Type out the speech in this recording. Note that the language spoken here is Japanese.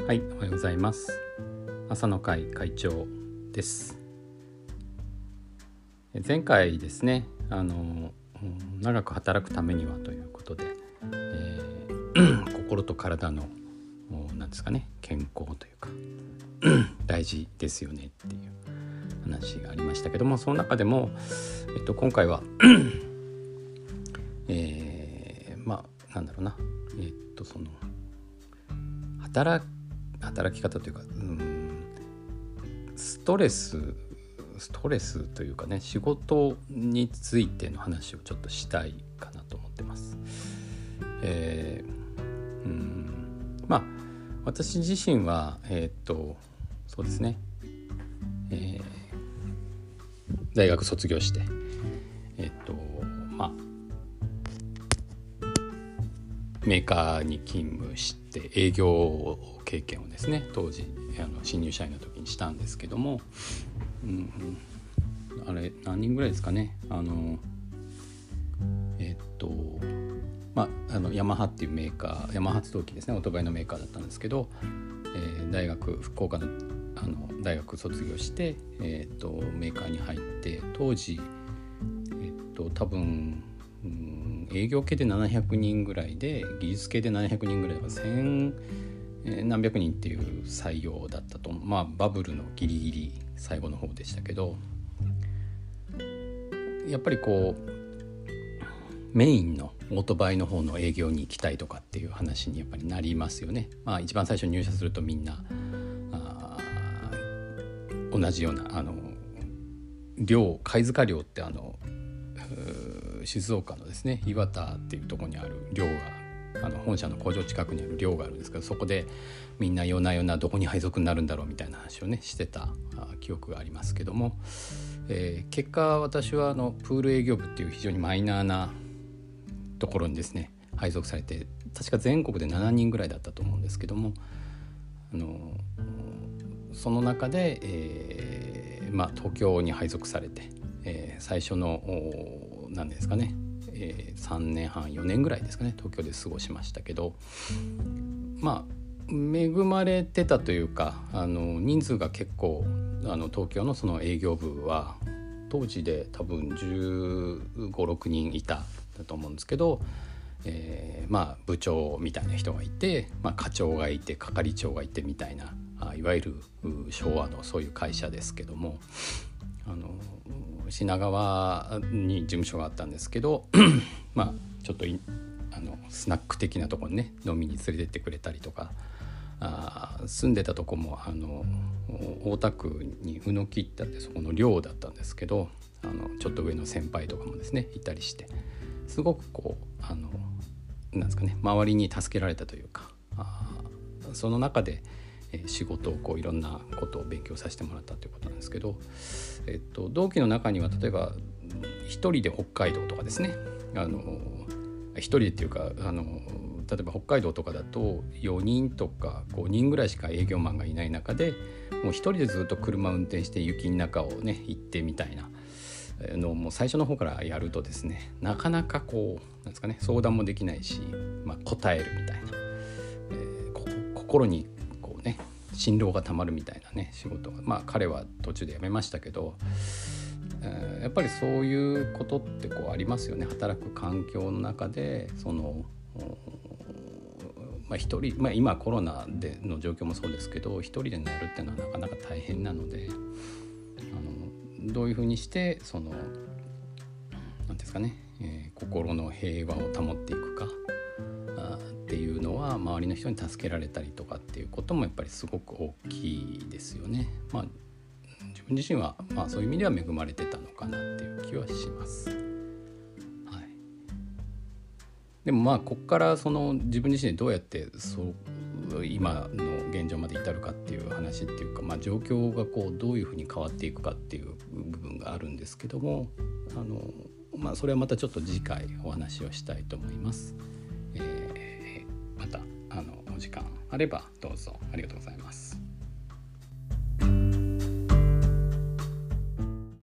はい、おはようございます。朝の会会長です。前回ですね、長く働くためにはということで、心と体のなんですかね、健康というか大事ですよねっていう話がありましたけども、その中でも、今回はなんだろうな、その働き方というか、ストレスというかね、仕事についての話をちょっとしたいかなと思ってます。私自身はそうですね、大学卒業してメーカーに勤務して営業経験をですね、当時新入社員の時にしたんですけども、あれ何人ぐらいですかね、ヤマハっていうメーカー、ヤマハ発動機ですね、オートバイのメーカーだったんですけど、福岡の大学卒業して、メーカーに入って、当時多分営業系で700人ぐらいで、技術系で700人ぐらいが1000何百人っていう採用だったと、バブルのギリギリ最後の方でしたけど、やっぱりメインのオートバイの方の営業に行きたいとかっていう話にやっぱりなりますよね。一番最初に入社するとみんな同じような貝塚寮って静岡のですね、磐田っていうところにある寮が、本社の工場近くにある寮があるんですけど、そこでみんな夜な夜などこに配属になるんだろうみたいな話をねしてた記憶がありますけども、結果私はプール営業部っていう非常にマイナーなところにですね配属されて、確か全国で7人ぐらいだったと思うんですけども、その中で、東京に配属されて、最初の何ですかね、3年半4年ぐらいですかね、東京で過ごしましたけど、恵まれてたというか、人数が結構東京のその営業部は当時で多分15、6人いたと思うんですけど、部長みたいな人がいて、課長がいて係長がいてみたいな、いわゆる昭和のそういう会社ですけども、品川に事務所があったんですけどちょっとスナック的なところにね飲みに連れてってくれたりとか、住んでたとこも大田区に宇野木ってあって、そこの寮だったんですけど、ちょっと上の先輩とかもですねいたりして、すごくなんですかね、周りに助けられたというか、その中で仕事をいろんなことを勉強させてもらったということなんですけど、同期の中には例えば一人で北海道とかですね、一人でっていうか例えば北海道とかだと4人とか5人ぐらいしか営業マンがいない中で、もう一人でずっと車運転して雪の中をね行ってみたいなのをもう最初の方からやるとですね、なかなかなんですかね、相談もできないし、答えるみたいな、心に心労がたまるみたいなね仕事が、彼は途中で辞めましたけど、やっぱりそういうことってありますよね。働く環境の中で一人、今コロナでの状況もそうですけど、一人でやるっていうのはなかなか大変なので、どういうふうにしてなんですかね、心の平和を保っていくかっていうのは、周りの人に助けられたりとかっていうこともやっぱりすごく大きいですよね。自分自身はそういう意味では恵まれてたのかなっていう気はします。でもここから自分自身でどうやって今の現状まで至るかっていう話っていうか、状況がどういうふうに変わっていくかっていう部分があるんですけども、それはまたちょっと次回お話をしたいと思います。またお時間あればどうぞ。ありがとうございます。